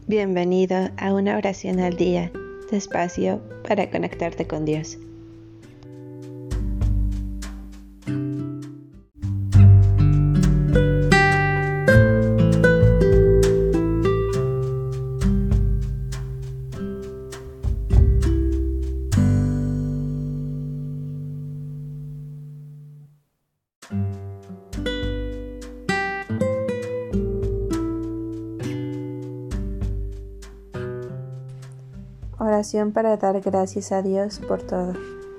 Bienvenido a una oración al día, despacio para conectarte con Dios. Oración para dar gracias a Dios por todo.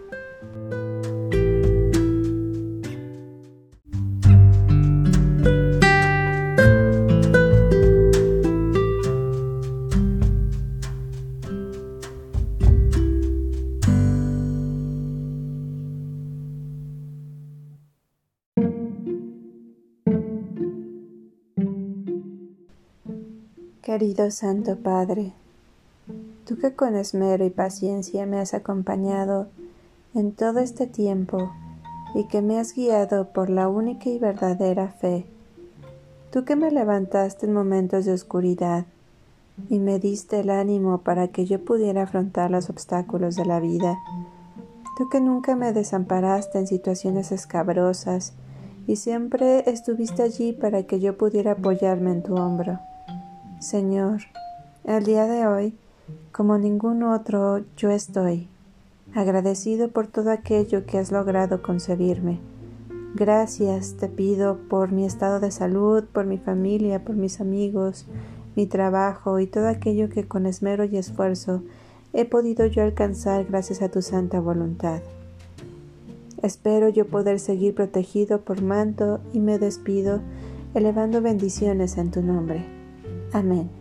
Querido Santo Padre, tú que con esmero y paciencia me has acompañado en todo este tiempo y que me has guiado por la única y verdadera fe, tú que me levantaste en momentos de oscuridad y me diste el ánimo para que yo pudiera afrontar los obstáculos de la vida, tú que nunca me desamparaste en situaciones escabrosas y siempre estuviste allí para que yo pudiera apoyarme en tu hombro. Señor, el día de hoy, como ningún otro, yo estoy agradecido por todo aquello que has logrado concebirme. Gracias te pido por mi estado de salud, por mi familia, por mis amigos, mi trabajo y todo aquello que con esmero y esfuerzo he podido yo alcanzar gracias a tu santa voluntad. Espero yo poder seguir protegido por manto y me despido elevando bendiciones en tu nombre. Amén.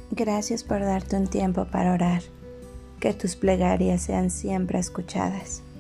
Gracias por darte un tiempo para orar. Que tus plegarias sean siempre escuchadas.